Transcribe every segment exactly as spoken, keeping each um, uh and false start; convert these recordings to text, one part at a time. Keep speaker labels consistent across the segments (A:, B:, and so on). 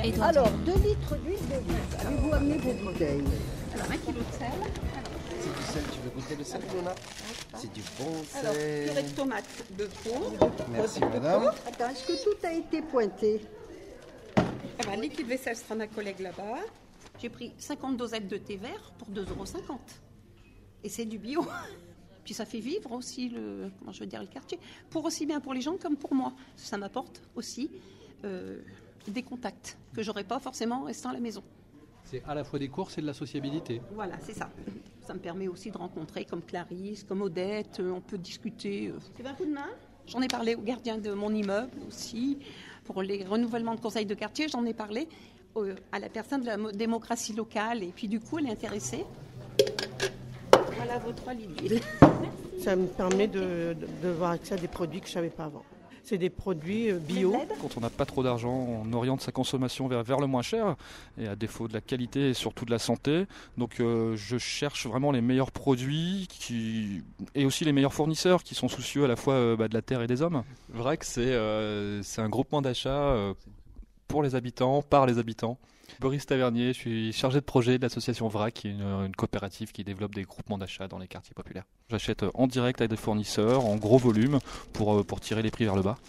A: Et toi,
B: Alors, deux litres d'huile d'olive. Avez-vous amené vos bouteilles?
A: Alors, un kilo de sel.
C: C'est du sel, tu veux goûter le sel, Luna? C'est du bon
A: Alors,
C: sel.
A: purée de tomates de peau.
C: Merci, madame.
B: Attends, est-ce que tout a été pointé?
A: Ah ben, liquide vaisselle sera ma collègue là-bas. J'ai pris cinquante dosettes de thé vert pour deux euros cinquante. Et c'est du bio. Puis ça fait vivre aussi le, comment je veux dire, le quartier. Pour aussi bien pour les gens comme pour moi. Ça m'apporte aussi euh, des contacts que j'aurais pas forcément en restant à la maison.
D: C'est à la fois des courses et de la sociabilité.
A: Voilà, c'est ça. Ça me permet aussi de rencontrer comme Clarisse, comme Odette. On peut discuter. Tu veux un coup de main? J'en ai parlé au gardien de mon immeuble aussi. Pour les renouvellements de conseils de quartier, j'en ai parlé à la personne de la démocratie locale. Et puis du coup, elle est intéressée. Voilà vos trois litres d'huile.
E: Ça me permet de, de, de voir accès à des produits que je ne savais pas avant. C'est des produits bio.
F: Quand on n'a pas trop d'argent, on oriente sa consommation vers, vers le moins cher, et à défaut de la qualité et surtout de la santé. Donc euh, je cherche vraiment les meilleurs produits qui... et aussi les meilleurs fournisseurs qui sont soucieux à la fois euh, bah, de la terre et des hommes. Vrac, c'est, euh, c'est un groupement d'achat euh, pour les habitants, par les habitants. Boris Tavernier, je suis chargé de projet de l'association Vrac, qui est une, une coopérative qui développe des groupements d'achat dans les quartiers populaires. J'achète en direct avec des fournisseurs, en gros volume, pour, pour tirer les prix vers le bas.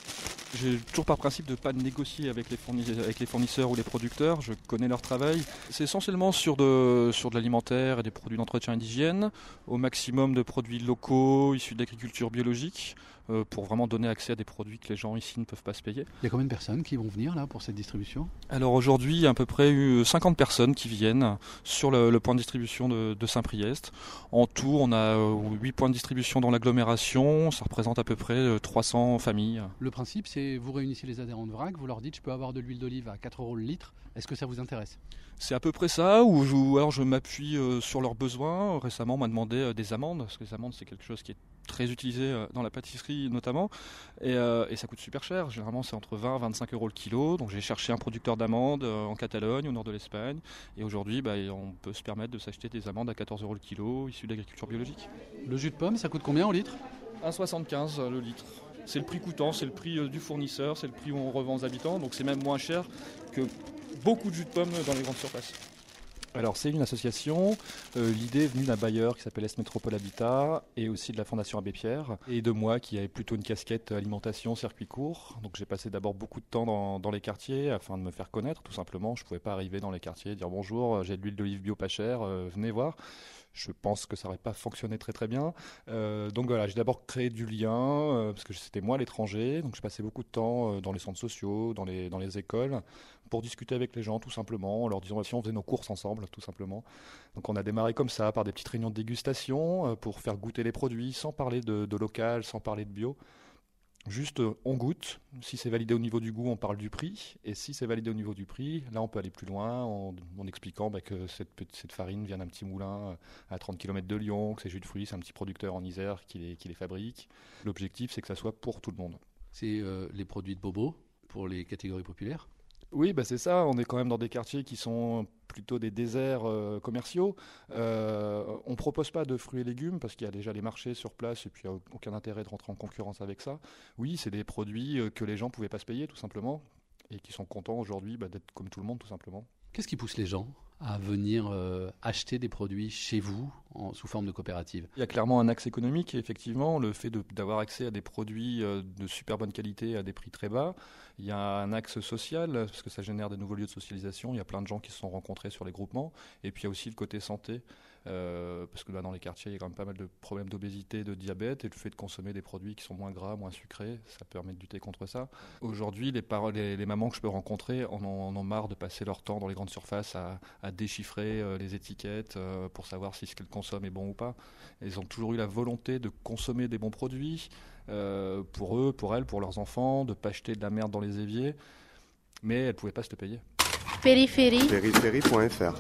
F: J'ai toujours par principe de ne pas négocier avec les, fournis- avec les fournisseurs ou les producteurs, je connais leur travail. C'est essentiellement sur de, sur de l'alimentaire et des produits d'entretien et d'hygiène, au maximum de produits locaux issus de l'agriculture biologique, euh, pour vraiment donner accès à des produits que les gens ici ne peuvent pas se payer.
D: Il y a combien de personnes qui vont venir là pour cette distribution?
F: Alors aujourd'hui, il y a à peu près eu cinquante personnes qui viennent sur le, le point de distribution de, de Saint-Priest. En tout, on a huit points de distribution dans l'agglomération, ça représente à peu près trois cents familles.
D: Le principe, c'est vous réunissez les adhérents de Vrac, vous leur dites je peux avoir de l'huile d'olive à quatre euros le litre, est-ce que ça vous intéresse?
F: C'est à peu près ça, ou, je, ou alors je m'appuie euh, sur leurs besoins. Récemment, on m'a demandé euh, des amandes, parce que les amandes, c'est quelque chose qui est très utilisé euh, dans la pâtisserie notamment, et, euh, et ça coûte super cher. Généralement, c'est entre vingt et vingt-cinq euros le kilo. Donc j'ai cherché un producteur d'amandes euh, en Catalogne, au nord de l'Espagne, et aujourd'hui, bah, on peut se permettre de s'acheter des amandes à quatorze euros le kilo, issues d'agriculture biologique.
D: Le jus de pomme, ça coûte combien au litre?
F: un virgule soixante-quinze le litre. C'est le prix coûtant, c'est le prix euh, du fournisseur, c'est le prix où on revend aux habitants, donc c'est même moins cher que beaucoup de jus de pomme dans les grandes surfaces. Alors c'est une association, euh, l'idée est venue d'un bailleur qui s'appelle Est Métropole Habitat et aussi de la Fondation Abbé Pierre et de moi qui avait plutôt une casquette alimentation, circuit court. Donc j'ai passé d'abord beaucoup de temps dans, dans les quartiers afin de me faire connaître tout simplement. Je ne pouvais pas arriver dans les quartiers et dire bonjour, j'ai de l'huile d'olive bio pas chère, euh, venez voir. Je pense que ça n'aurait pas fonctionné très très bien. Euh, donc voilà, j'ai d'abord créé du lien, euh, parce que c'était moi l'étranger. Donc je passais beaucoup de temps euh, dans les centres sociaux, dans les, dans les écoles, pour discuter avec les gens tout simplement, en leur disant si on faisait nos courses ensemble tout simplement. Donc on a démarré comme ça, par des petites réunions de dégustation, euh, pour faire goûter les produits, sans parler de, de local, sans parler de bio. Juste, euh, on goûte. Si c'est validé au niveau du goût, on parle du prix. Et si c'est validé au niveau du prix, là, on peut aller plus loin en, en expliquant bah, que cette, cette farine vient d'un petit moulin à trente kilomètres de Lyon, que ces jus de fruits, c'est un petit producteur en Isère qui les, qui les fabrique. L'objectif, c'est que ça soit pour tout le monde.
D: C'est euh, les produits de Bobo pour les catégories populaires?
F: Oui, bah c'est ça. On est quand même dans des quartiers qui sont plutôt des déserts euh, commerciaux. Euh, on ne propose pas de fruits et légumes parce qu'il y a déjà les marchés sur place et puis il n'y a aucun intérêt de rentrer en concurrence avec ça. Oui, c'est des produits que les gens ne pouvaient pas se payer tout simplement et qui sont contents aujourd'hui bah, d'être comme tout le monde tout simplement.
D: Qu'est-ce qui pousse les gens à venir euh, acheter des produits chez vous en, sous forme de coopérative?
F: Il y a clairement un axe économique et effectivement le fait de, d'avoir accès à des produits euh, de super bonne qualité à des prix très bas. Il y a un axe social parce que ça génère des nouveaux lieux de socialisation. Il y a plein de gens qui se sont rencontrés sur les groupements et puis il y a aussi le côté santé. Euh, parce que bah, dans les quartiers, il y a quand même pas mal de problèmes d'obésité, de diabète, et le fait de consommer des produits qui sont moins gras, moins sucrés, ça permet de lutter contre ça. Aujourd'hui, les, par- les, les mamans que je peux rencontrer en ont, en ont marre de passer leur temps dans les grandes surfaces à, à déchiffrer euh, les étiquettes euh, pour savoir si ce qu'elles consomment est bon ou pas. Elles ont toujours eu la volonté de consommer des bons produits euh, pour eux, pour elles, pour leurs enfants, de ne pas acheter de la merde dans les éviers, mais elles ne pouvaient pas se le payer.
G: Périphérie.
C: Périphérie point F R.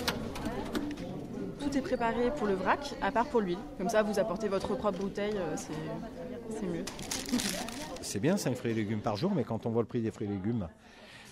H: Tout est préparé pour le vrac, à part pour l'huile. Comme ça, vous apportez votre propre bouteille, euh, c'est, c'est mieux.
I: C'est bien cinq fruits et légumes par jour, mais quand on voit le prix des fruits et légumes,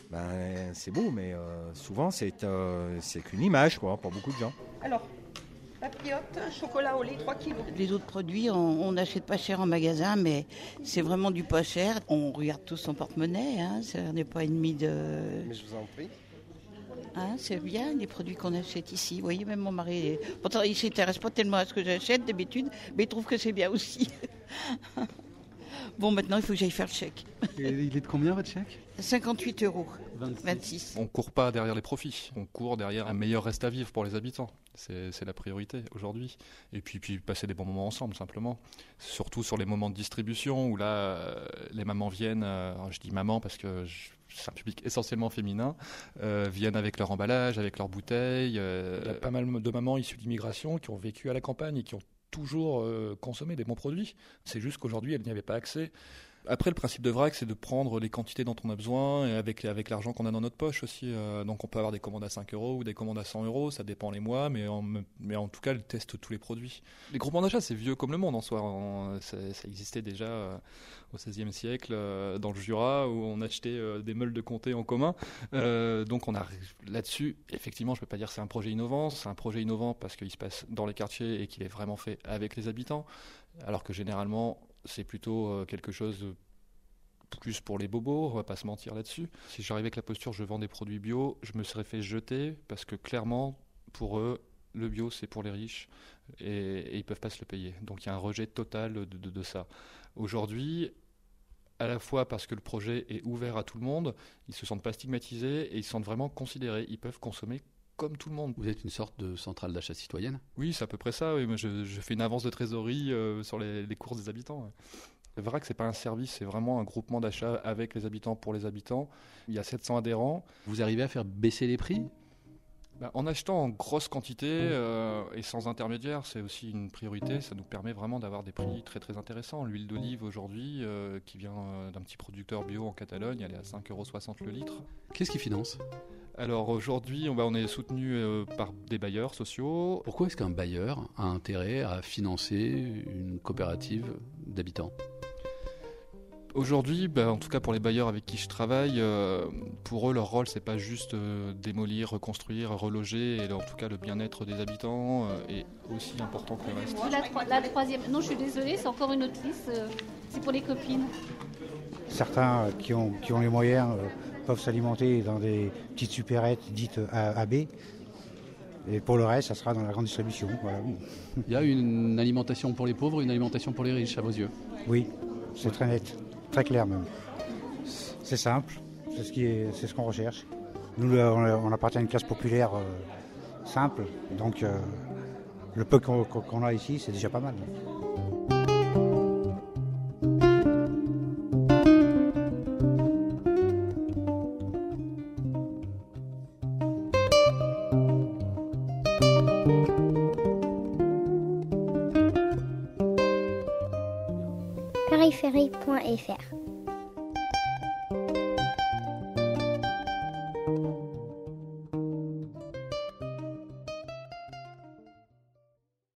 I: ben, c'est beau, mais euh, souvent c'est, euh, c'est qu'une image quoi, pour beaucoup de gens.
A: Alors, Papillote, chocolat au lait, trois kilos.
G: Les autres produits, on n'achète pas cher en magasin, mais c'est vraiment du pas cher. On regarde tous son porte-monnaie, hein, on n'est pas ennemi de...
C: Mais je vous en prie.
G: Hein, c'est bien les produits qu'on achète ici. Vous voyez, même mon mari, pourtant il ne s'intéresse pas tellement à ce que j'achète d'habitude, mais il trouve que c'est bien aussi. Bon, maintenant il faut que j'aille faire le chèque.
D: Et il est de combien votre chèque ?
G: cinquante-huit euros.
D: vingt-six.
G: vingt-six.
F: On ne court pas derrière les profits, on court derrière un meilleur reste à vivre pour les habitants. C'est, c'est la priorité aujourd'hui. Et puis, puis passer des bons moments ensemble, simplement. Surtout sur les moments de distribution où là, euh, les mamans viennent, euh, je dis maman parce que je, c'est un public essentiellement féminin, euh, viennent avec leur emballage, avec leurs bouteilles. Euh, Il y a pas mal de mamans issues d'immigration qui ont vécu à la campagne et qui ont toujours euh, consommé des bons produits. C'est juste qu'aujourd'hui, elles n'y avaient pas accès. Après, le principe de vrac, c'est de prendre les quantités dont on a besoin et avec, avec l'argent qu'on a dans notre poche aussi. Euh, donc on peut avoir des commandes à cinq euros ou des commandes à cent euros, ça dépend les mois, mais en, mais en tout cas, elles testent tous les produits. Les groupements d'achat, c'est vieux comme le monde en soi. En, ça, ça existait déjà euh, au seizième siècle euh, dans le Jura où on achetait euh, des meules de comté en commun. Euh, donc on a là-dessus, effectivement, je ne peux pas dire que c'est un projet innovant. C'est un projet innovant parce qu'il se passe dans les quartiers et qu'il est vraiment fait avec les habitants, alors que généralement, c'est plutôt quelque chose de plus pour les bobos, on va pas se mentir là-dessus. Si j'arrivais avec la posture je vends des produits bio, je me serais fait jeter parce que clairement, pour eux, le bio c'est pour les riches et, et ils peuvent pas se le payer. Donc il y a un rejet total de, de, de ça. Aujourd'hui, à la fois parce que le projet est ouvert à tout le monde, ils se sentent pas stigmatisés et ils se sentent vraiment considérés. Ils peuvent consommer comme tout le monde.
D: Vous êtes une sorte de centrale d'achat citoyenne ?
F: Oui, c'est à peu près ça. Oui. Moi, je, je fais une avance de trésorerie euh, sur les, les courses des habitants. Ouais. Le vrac, c'est pas un service, c'est vraiment un groupement d'achat avec les habitants pour les habitants. Il y a sept cents adhérents.
D: Vous arrivez à faire baisser les prix ?
F: Ben, en achetant en grosse quantité euh, et sans intermédiaire, c'est aussi une priorité. Ça nous permet vraiment d'avoir des prix très très intéressants. L'huile d'olive aujourd'hui, euh, qui vient euh, d'un petit producteur bio en Catalogne, elle est à cinq euros soixante le litre.
D: Qu'est-ce qui finance ?
F: Alors aujourd'hui, on, va, on est soutenu euh, par des bailleurs sociaux.
D: Pourquoi est-ce qu'un bailleur a intérêt à financer une coopérative d'habitants ?
F: Aujourd'hui, bah, en tout cas pour les bailleurs avec qui je travaille, euh, pour eux leur rôle c'est pas juste euh, démolir, reconstruire, reloger, et en tout cas le bien-être des habitants euh, est aussi important que le reste.
J: La, tro- la troisième, non je suis désolée, c'est encore une autre liste, euh, c'est pour les copines.
K: Certains euh, qui, ont, qui ont les moyens euh, peuvent s'alimenter dans des petites supérettes dites A B, et pour le reste ça sera dans la grande distribution. Voilà.
D: Il y a une alimentation pour les pauvres, une alimentation pour les riches à vos yeux ?
K: Oui, c'est très net. Très clair même. C'est simple, c'est ce, qui est, c'est ce qu'on recherche. Nous, on appartient à une classe populaire euh, simple, donc euh, le peu qu'on, qu'on a ici, c'est déjà pas mal.
L: périphérie point f r